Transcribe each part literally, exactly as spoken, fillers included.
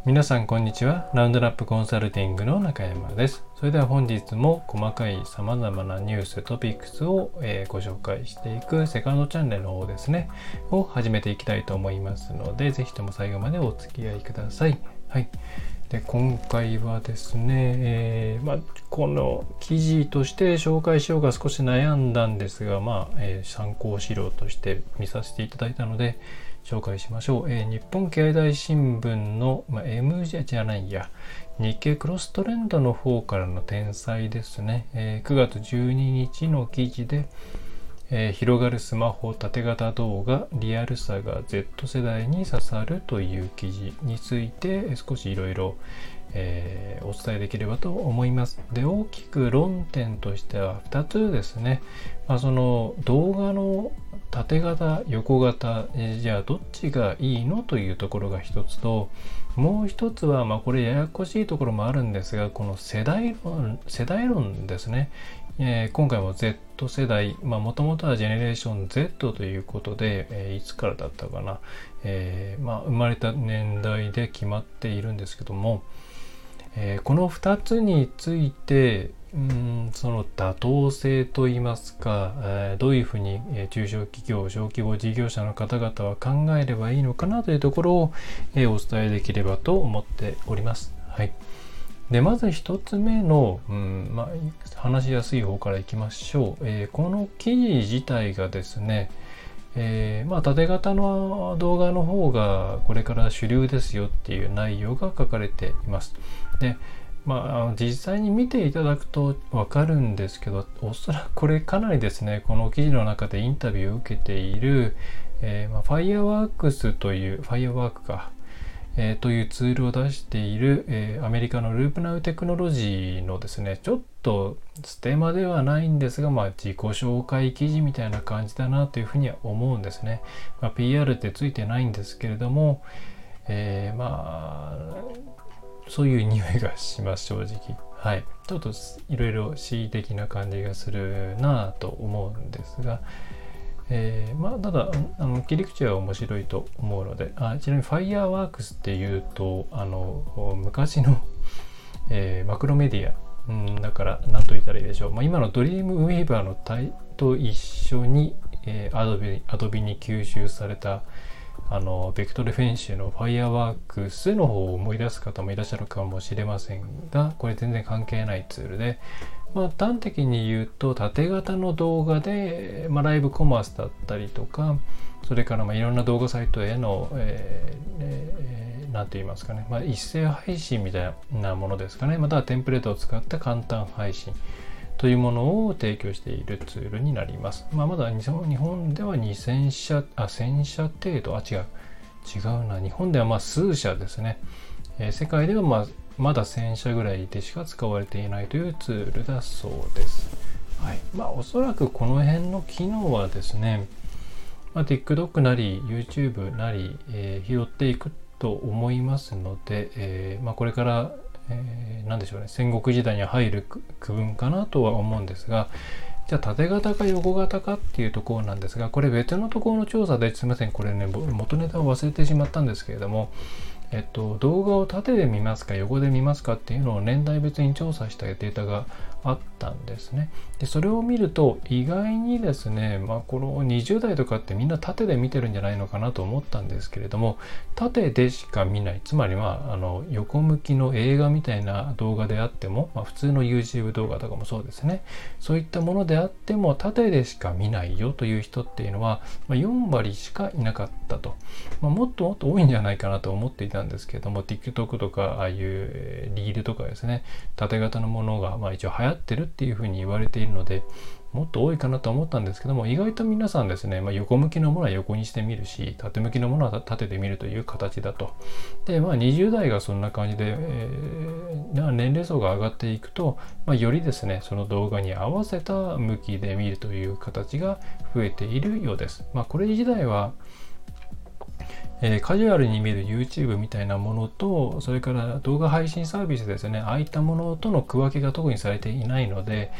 皆さんこんにちは。ラウンドラップコンサルティングの中山です。それでは本日も細かい様々なニューストピックスを、えー、ご紹介していくセカンドチャンネルの方ですねを始めていきたいと思いますので、ぜひとも最後までお付き合いください。はい。で今回はですね、えーまあ、この記事として紹介しようか少し悩んだんですが、まあえー、参考資料として見させていただいたので紹介しましょう。えー、日本経済新聞の、まあ、M じゃじゃないや日経クロストレンドの方からの転載ですね。えー、くがつじゅうににちの記事で、えー、広がるスマホ縦型動画リアルさが Z 世代に刺さるという記事について少しいろいろお伝えできればと思います。で、大きく論点としてはふたつですね。まあ、その動画の縦型横型、えー、じゃあどっちがいいのというところが一つと、もう一つはまあこれややこしいところもあるんですが、この世代論世代論ですね。えー、今回も Z 世代、まあもともとはジェネレーション Z ということで、えー、いつからだったかな、えー、まあ生まれた年代で決まっているんですけども、えー、このふたつについてうんその妥当性といいますか、えー、どういうふうに、えー、中小企業小規模事業者の方々は考えればいいのかなというところを、えー、お伝えできればと思っております。はい。でまず一つ目の、うんまあ、話しやすい方からいきましょう。えー、この記事自体がですね、えーまあ、縦型の動画の方がこれから主流ですよっていう内容が書かれています。で、まあ、実際に見ていただくとわかるんですけど、おそらくこれかなりですね、この記事の中でインタビューを受けている、えーまあ、Fireworks という、Firework か、えー、というツールを出している、えー、アメリカのループナウテクノロジーのですね、ちょっとステマではないんですが、まあ、自己紹介記事みたいな感じだなというふうには思うんですね。まあ、ピーアール ってついてないんですけれども、えー、まあそういう匂いがします正直。はい。ちょっといろいろ恣意的な感じがするなと思うんですが、えー、まあただあの切り口は面白いと思うので、あちなみに Fireworks っていうとあの昔の、えー、マクロメディア、うん、だから何と言ったらいいでしょう、まあ、今のドリームウェーバーの体と一緒に、えー、Adobe, Adobe に吸収されたあのベクトルフェンシュの Fireworks の方を思い出す方もいらっしゃるかもしれませんが、これ全然関係ないツールで、まあ、端的に言うと縦型の動画で、まあ、ライブコマースだったりとか、それからまあいろんな動画サイトへの、えーえー、なんて言いますかね、まあ、一斉配信みたいなものですかね、またはテンプレートを使った簡単配信というものを提供しているツールになります。まあ、まだ日本ではにせんしゃ、あ、せんしゃ程度、あ、違う、違うな、日本ではまあ数社ですね。えー、世界ではまあまだせんしゃぐらいでしか使われていないというツールだそうです。はい。まあ、おそらくこの辺の機能はですね、まあ、TikTok なり YouTube なり、えー、拾っていくと思いますので、えーまあ、これからえー、なんでしょうね、戦国時代に入る区分かなとは思うんですが、じゃあ縦型か横型かっていうところなんですが、これ別のところの調査で、すみません、これね、元ネタを忘れてしまったんですけれども、えっと、動画を縦で見ますか横で見ますかっていうのを年代別に調査したデータがあったんですね。でそれを見ると意外にですね、まあ、このにじゅう代とかってみんな縦で見てるんじゃないのかなと思ったんですけれども、縦でしか見ない、つまりまああの横向きの映画みたいな動画であっても、まあ、普通の YouTube 動画とかもそうですね、そういったものであっても縦でしか見ないよという人っていうのは、まあ、よんわりしかいなかったと、まあ、もっともっと多いんじゃないかなと思っていたんですけれども、 TikTok とかああいうリールとかですね、縦型のものがまあ一応流行ってるっていうふうに言われているので、もっと多いかなと思ったんですけども、意外と皆さんですね、まあ、横向きのものは横にしてみるし、縦向きのものは縦で見るという形だと。で、まあ、にじゅう代がそんな感じで、えー、年齢層が上がっていくと、まあ、よりですね、その動画に合わせた向きで見るという形が増えているようです。まあ、これ自体はえー、カジュアルに見る YouTube みたいなものと、それから動画配信サービスですね、ああいったものとの区分けが特にされていないので、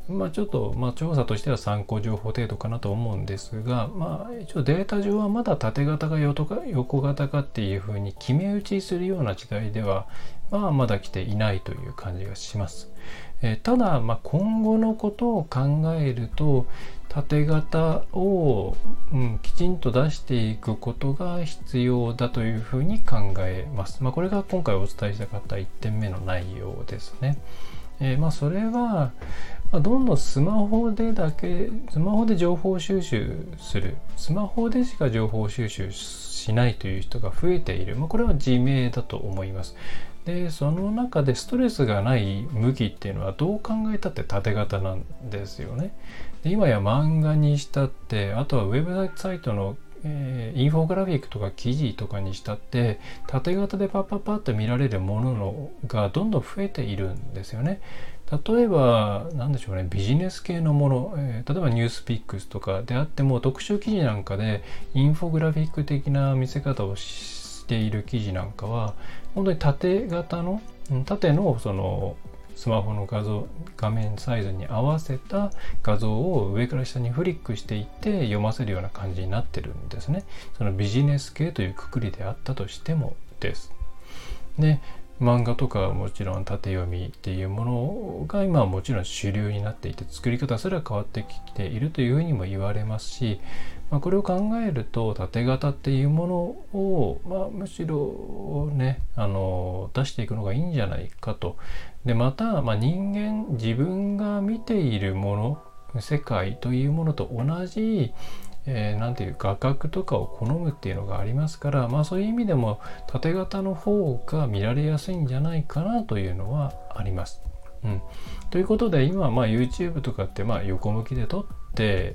まあちょっと、まあ、調査としては参考情報程度かなと思うんですが、まあ一応データ上はまだ縦型か横型かっていうふうに決め打ちするような時代では、まあまだ来ていないという感じがします。えー、ただ、まあ、今後のことを考えると、縦型を、うん、きちんと出していくことが必要だというふうに考えます。まあ、これが今回お伝えしたかったいってんめの内容ですね。えー、まあそれは、まあ、どんどんスマホでだけスマホで情報収集するスマホでしか情報収集しないという人が増えている、まあ、これは自明だと思います。でその中でストレスがない向きっていうのはどう考えたって縦型なんですよね。で今や漫画にしたって、あとはウェブサイトのえー、インフォグラフィックとか記事とかにしたって縦型でパッパッパッと見られるもののがどんどん増えているんですよね。例えば何でしょうね、ビジネス系のもの、えー、例えばニュースピックスとかであっても特集記事なんかでインフォグラフィック的な見せ方をしている記事なんかは本当に縦型の縦のそのスマホの画像画面サイズに合わせた画像を上から下にフリックしていって読ませるような感じになってるんですね。そのビジネス系という括りであったとしてもです。で漫画とかはもちろん縦読みっていうものが今はもちろん主流になっていて、作り方すら変わってきているというふうにも言われますし、まあ、これを考えると縦型っていうものを、まあ、むしろねあの出していくのがいいんじゃないかと。でまた、まあ、人間自分が見ているもの世界というものと同じえー、なんていう画角とかを好むっていうのがありますから、まあそういう意味でも縦型の方が見られやすいんじゃないかなというのはあります。うん、ということで今、まあ、YouTube とかってまあ横向きで撮って、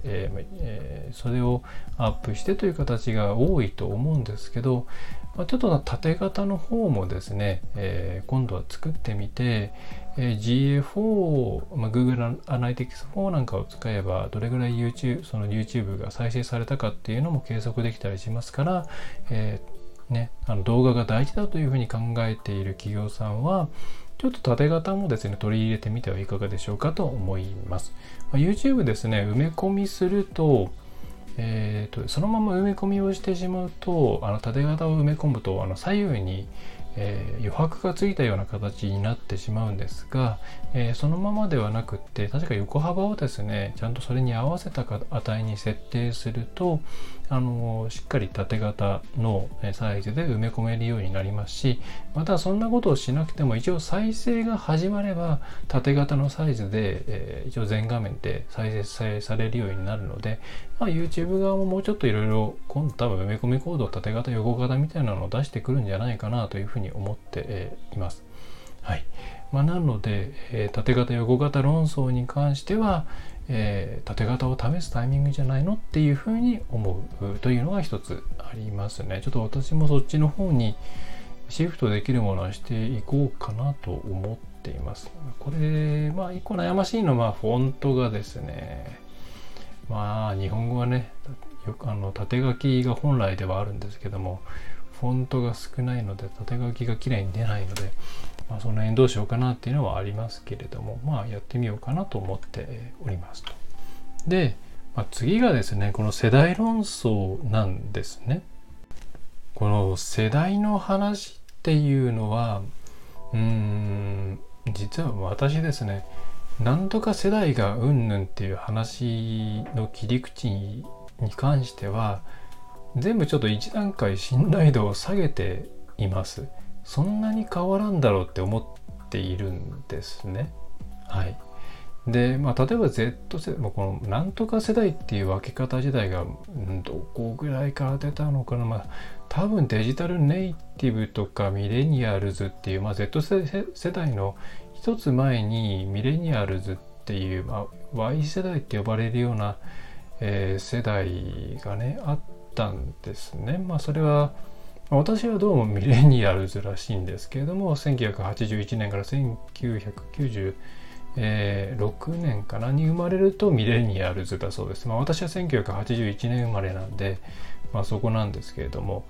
えーえー、それをアップしてという形が多いと思うんですけど、まあ、ちょっと縦型の方もですね、えー、今度は作ってみて、えー、ジーエーフォー、まあ、Google Analytics フォーなんかを使えばどれぐらい YouTube、その YouTube が再生されたかっていうのも計測できたりしますから、えーね、あの動画が大事だというふうに考えている企業さんはちょっと縦型もですね取り入れてみてはいかがでしょうかと思います。まあ、YouTube ですね埋め込みするとえーと、そのまま埋め込みをしてしまうとあの縦型を埋め込むとあの左右に、えー、余白がついたような形になってしまうんですが、えー、そのままではなくって確か横幅をですねちゃんとそれに合わせた値に設定するとあのしっかり縦型のサイズで埋め込めるようになりますし、またそんなことをしなくても一応再生が始まれば縦型のサイズで、えー、一応全画面で再生されるようになるので、まあ、YouTube 側ももうちょっといろいろ今度多分埋め込みコード縦型横型みたいなのを出してくるんじゃないかなというふうに思って、えー、います。はい。まあ、なので、えー、縦型横型論争に関してはえー、縦型を試すタイミングじゃないのっていうふうに思うというのが一つありますね。ちょっと私もそっちの方にシフトできるものはしていこうかなと思っています。これまあ一個悩ましいのはフォントがですね、まあ日本語はねよくあの縦書きが本来ではあるんですけどもフォントが少ないので縦書きが綺麗に出ないので、まあ、その辺どうしようかなっていうのはありますけれども、まあやってみようかなと思っておりますと。で、まあ、次がですねこの世代論争なんですね。この世代の話っていうのはうーん実は私ですねなんとか世代がうんぬんっていう話の切り口に関しては全部ちょっと一段階信頼度を下げています。そんなに変わらんだろうって思っているんですね。はい。で、まあ例えば Z 世代、まあ、このなんとか世代っていう分け方自体が、うん、どこぐらいから出たのかな。まあ多分デジタルネイティブとかミレニアルズっていう、まあ、Z 世代の一つ前にミレニアルズっていう、まあ、Y 世代って呼ばれるような、えー、世代がねあったんですね。まあそれは私はどうもミレニアルズらしいんですけれどもせんきゅうひゃくはちじゅういちねんからせんきゅうひゃくきゅうじゅうろくねんかなに生まれるとミレニアルズだそうです。まあ私はせんきゅうひゃくはちじゅういちねん生まれなんで、まあ、そこなんですけれども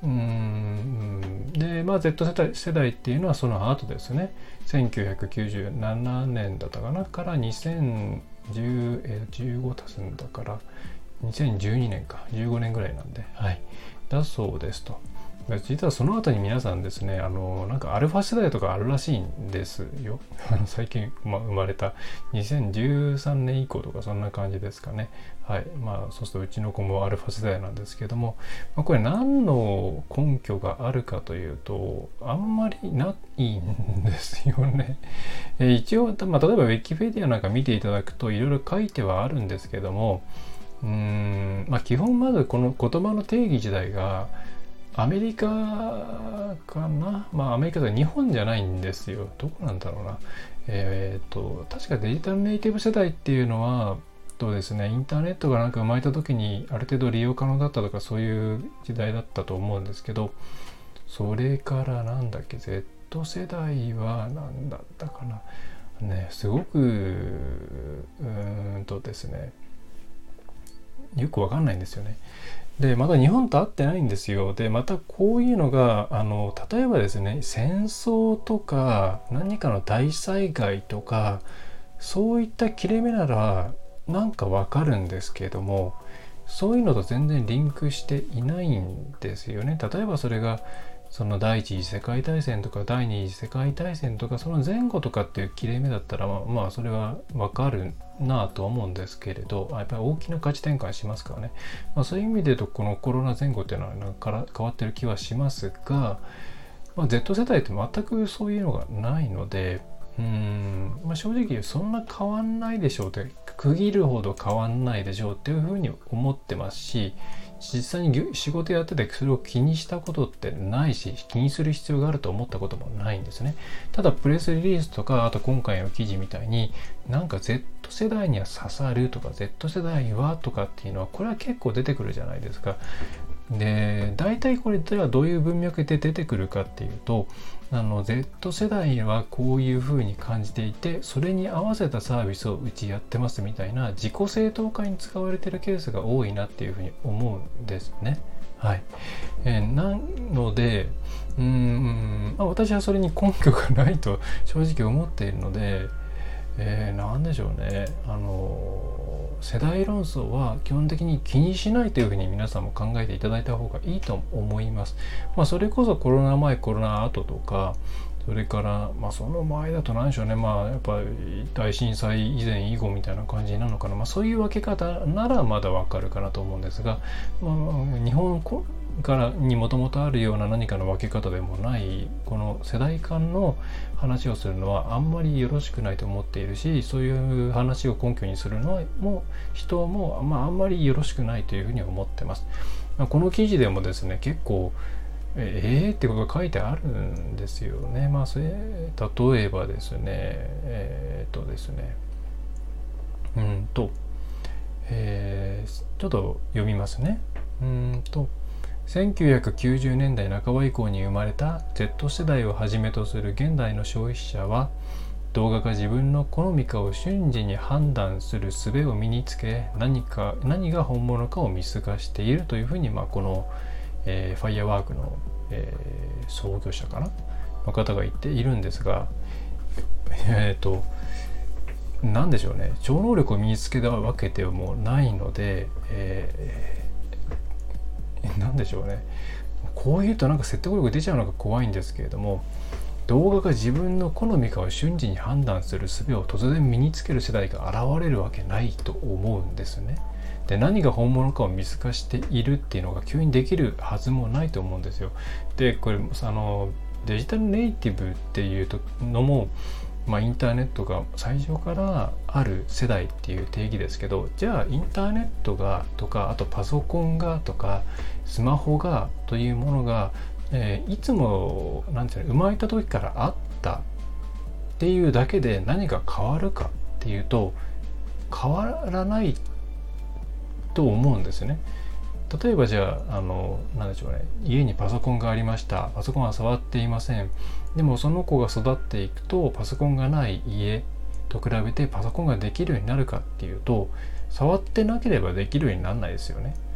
うーんで、まあ、Z 世代、世代っていうのはその後ですね。せんきゅうひゃくきゅうじゅうななねんだったかなからにせんじゅう、えー、じゅうご足すんだからにせんじゅうにねんかじゅうごねんぐらいなんで、はい、だそうですと。実はその後に皆さんですね、あのなんかアルファ世代とかあるらしいんですよ。あの最近、まあ、生まれたにせんじゅうさんねん以降とかそんな感じですかね。はい。まあそうするとうちの子もアルファ世代なんですけども、まあ、これ何の根拠があるかというと、あんまりないんですよね。え一応、まあ、例えばウィキペディアなんか見ていただくといろいろ書いてはあるんですけども、うーん、まあ基本まずこの言葉の定義自体がアメリカかな、まあアメリカでは日本じゃないんですよ。どこなんだろうな。えっと、確かデジタルネイティブ世代っていうのは、とですね、インターネットがなんか生まれた時にある程度利用可能だったとかそういう時代だったと思うんですけど、それからなんだっけ、Z 世代は何だったかな。ね、すごく、うーんとですね、よくわかんないんですよね。でまた日本と合ってないんですよ。でまたこういうのがあの例えばですね、戦争とか何かの大災害とかそういった切れ目ならなんかわかるんですけれども、そういうのと全然リンクしていないんですよね。例えばそれがその第一次世界大戦とか第二次世界大戦とかその前後とかっていう切れ目だったらまあ、まあ、それはわかるなとは思うんですけれど、やっぱり大きな価値転換しますからね。まあ、そういう意味で言うとこのコロナ前後っていうのはなんか変わってる気はしますが、まあ、Z 世代って全くそういうのがないので、うーん、まあ、正直そんな変わんないでしょうって区切るほど変わんないでしょうっていうふうに思ってますし、実際に仕事やっててそれを気にしたことってないし、気にする必要があると思ったこともないんですね。ただプレスリリースとか、あと今回の記事みたいになんか Z 世代には刺さるとか Z 世代はとかっていうのはこれは結構出てくるじゃないですか。で大体これではどういう文脈で出てくるかっていうと、あの Z 世代はこういうふうに感じていてそれに合わせたサービスをうちやってますみたいな自己正当化に使われているケースが多いなっていうふうに思うんですね。はい。えー、なのでうーん、まあ、私はそれに根拠がないと正直思っているので、えー、なんでしょうね、あの世代論争は基本的に気にしないというふうに皆さんも考えていただいた方がいいと思います。まあ、それこそコロナ前コロナ後とか、それからまあその前だと何でしょうね、まあやっぱり大震災以前以後みたいな感じなのかな、まあ、そういう分け方ならまだわかるかなと思うんですが、まあ、日本からにもともとあるような何かの分け方でもないこの世代間の話をするのはあんまりよろしくないと思っているし、そういう話を根拠にするのはもう人も、まあ、あんまりよろしくないというふうに思ってます。まあ、この記事でもですね結構えーってことが書いてあるんですよね。まあそれ例えばですねえー、っとですねうんと、えー、ちょっと読みますね。うんとせんきゅうひゃくきゅうじゅうねんだいなかば以降に生まれた Z 世代をはじめとする現代の消費者は動画が自分の好みかを瞬時に判断する術を身につけ、何か何が本物かを見透かしているというふうに、まあ、この、えー、ファイアワークの、えー、創業者かなの方が言っているんですが、えっと何でしょうね、超能力を身につけたわけでもないので、えー、何でしょうね、こう言うとなんか説得力出ちゃうのが怖いんですけれども、動画が自分の好みかを瞬時に判断する術を突然身につける世代が現れるわけないと思うんですね。で、何が本物かを見透かしているっていうのが急にできるはずもないと思うんですよ。で、これあのデジタルネイティブっていうのも、まあ、インターネットが最初からある世代っていう定義ですけど、じゃあインターネットがとか、あとパソコンがとかスマホがというものがえー、いつもなんていうの、生まれた時からあったっていうだけで何か変わるかっていうと変わらないと思うんですよね。例えばじゃあ、あのなんでしょうね、家にパソコンがありました。パソコンは触っていません。でもその子が育っていくとパソコンがない家と比べてパソコンができるようになるかっていうと、触ってなければできるようにならないですよね。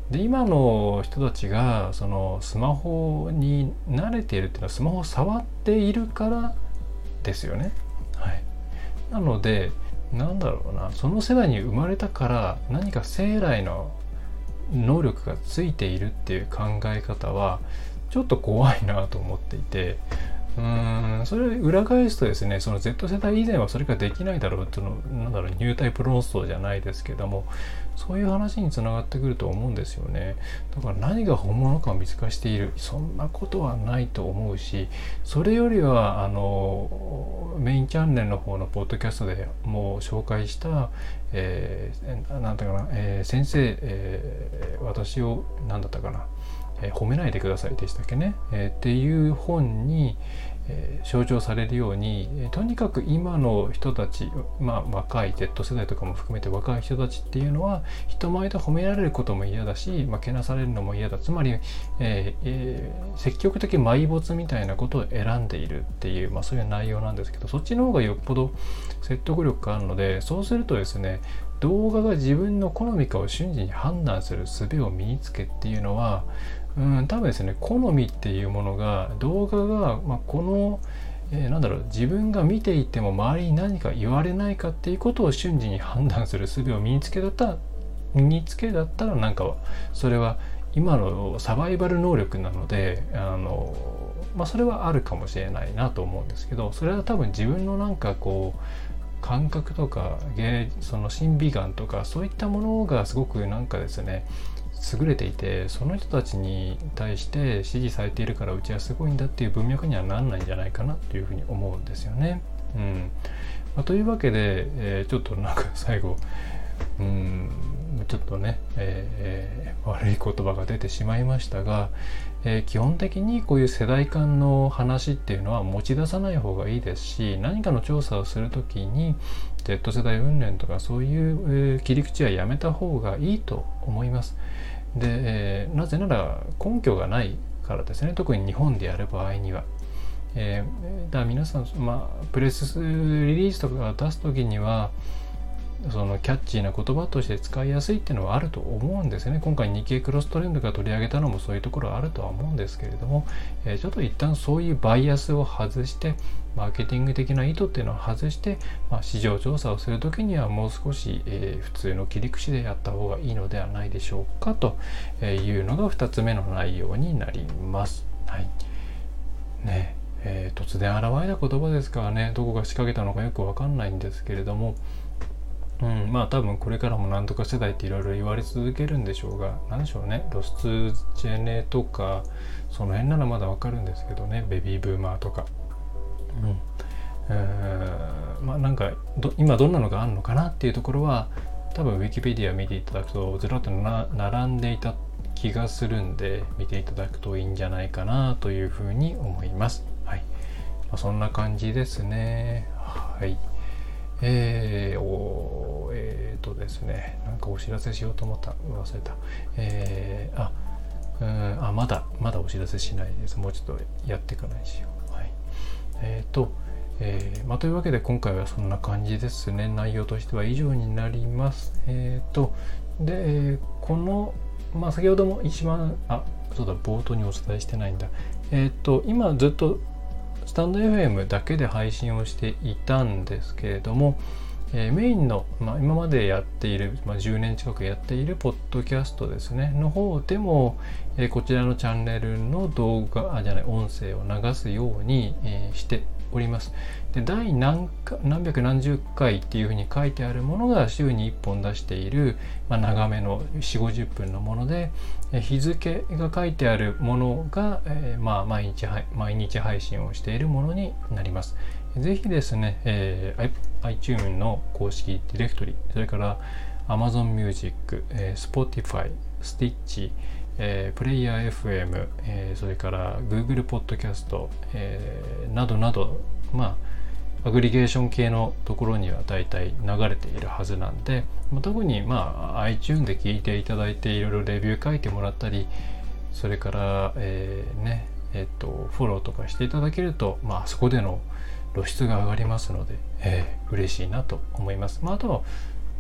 で今の人たちがそのスマホに慣れているっていうのはスマホを触っているからですよね。はい、なのでなんだろうな、その世代に生まれたから何か生来の能力がついているっていう考え方はちょっと怖いなと思っていて、うーんそれを裏返すとですね、その Z 世代以前はそれができないだろうっていうの、なんだろう、ニュータイプ論争じゃないですけども、そういう話につながってくると思うんですよね。だから何が本物かを見透かしている、そんなことはないと思うし、それよりはあのメインチャンネルの方のポッドキャストでもう紹介した、えー、なんていうかな、えー、先生、えー、私を何だったかな、えー、褒めないでくださいでしたっけね、えー、っていう本に、えー、象徴されるように、えー、とにかく今の人たち、まあ若い Z 世代とかも含めて若い人たちっていうのは人前で褒められることも嫌だし、まあ、けなされるのも嫌だ。つまり、えーえー、積極的埋没みたいなことを選んでいるっていう、まあ、そういう内容なんですけど、そっちの方がよっぽど説得力があるので、そうするとですね、動画が自分の好みかを瞬時に判断する術を身につけっていうのは、うん多分ですね、好みっていうものが動画が、まあ、この、えー、なんだろう、自分が見ていても周りに何か言われないかっていうことを瞬時に判断する術を身につけだったら身につけだったらなんかそれは今のサバイバル能力なので、あのまあそれはあるかもしれないなと思うんですけど、それは多分自分のなんかこう感覚とか芸その審美眼とかそういったものがすごくなんかですね優れていて、その人たちに対して支持されているからうちはすごいんだっていう文脈にはならないんじゃないかなというふうに思うんですよね。うんまあ、というわけで、えー、ちょっとなんか最後うんちょっとね、えー、悪い言葉が出てしまいましたが、えー、基本的にこういう世代間の話っていうのは持ち出さない方がいいですし、何かの調査をするときに Z 世代云々とかそういう、えー、切り口はやめた方がいいと思います。で、えー、なぜなら根拠がないからですね。特に日本でやる場合には、えー、だから皆さん、まあ、プレスリリースとか出すときにはそのキャッチーな言葉として使いやすいっていうのはあると思うんですよね。今回日経クロストレンドが取り上げたのもそういうところはあるとは思うんですけれども、えー、ちょっと一旦そういうバイアスを外してマーケティング的な意図っていうのを外して、まあ、市場調査をするときにはもう少し、えー、普通の切り口でやった方がいいのではないでしょうかというのがふたつめの内容になります。はいねえー、突然現れた言葉ですからね、どこが仕掛けたのかよくわかんないんですけれども、うん、まあ多分これからもなんとか世代っていろいろ言われ続けるんでしょうが、なんでしょうね、ロスジェネとかその辺ならまだわかるんですけどね、ベビーブーマーとか、うんえー、まあなんかど今どんなのがあるのかなっていうところは多分ウィキペディア見ていただくとずらっとな並んでいた気がするんで、見ていただくといいんじゃないかなというふうに思います。はい、まあ、そんな感じですね。はい。えー、おえーとですね、なんかお知らせしようと思った忘れた。えー、あ、うんあまだまだお知らせしないです。もうちょっとやってからにしよう。はい。えーと、えー、まあというわけで今回はそんな感じですね。内容としては以上になります。えーとでこのまあ先ほども一番あそうだ冒頭にお伝えしてないんだ。えーと今ずっとスタンド エフエム だけで配信をしていたんですけれども、えー、メインの、まあ、今までやっている、まあ、じゅうねん近くやっているポッドキャストですねの方でも、えー、こちらのチャンネルの動画あじゃない音声を流すように、えー、しております。で第 何, か何百何十回っていうふうに書いてあるものが週にいっぽん出している、まあ、長めのよんじゅうごじゅっぷんのもので、え日付が書いてあるものが、えーまあ、毎日毎日配信をしているものになります。ぜひですね、えー、iTunes の公式ディレクトリ、それから Amazon Music、えー、Spotify、Stitch、えー、プレイヤー エフエム、えー、それから Google Podcast、えー、などなど、まあ、アグリゲーション系のところには大体流れているはずなんで、まあ、特に、まあ、iTunes で聞いていただいていろいろレビュー書いてもらったり、それから、えー、ね、えっと、フォローとかしていただけると、まあ、そこでの露出が上がりますので、えー、嬉しいなと思います。まあ、あと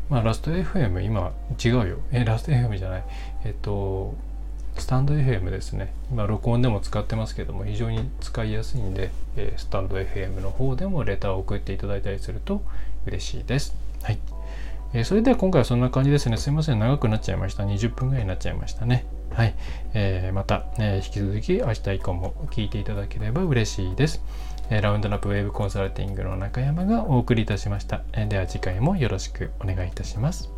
まあラスト エフエム 今違うよえラスト エフエム じゃないえっとスタンド エフエム ですね。今録音でも使ってますけども非常に使いやすいんで、えー、スタンド エフエム の方でもレターを送っていただいたりすると嬉しいです。はい、えー、それでは今回はそんな感じですね。すいません、長くなっちゃいました。にじゅっぷんぐらいになっちゃいましたね。はい、えー、また、えー、引き続き明日以降も聞いていただければ嬉しいです。えー、ラウンドナップウェブコンサルティングの中山がお送りいたしました。えー、では次回もよろしくお願いいたします。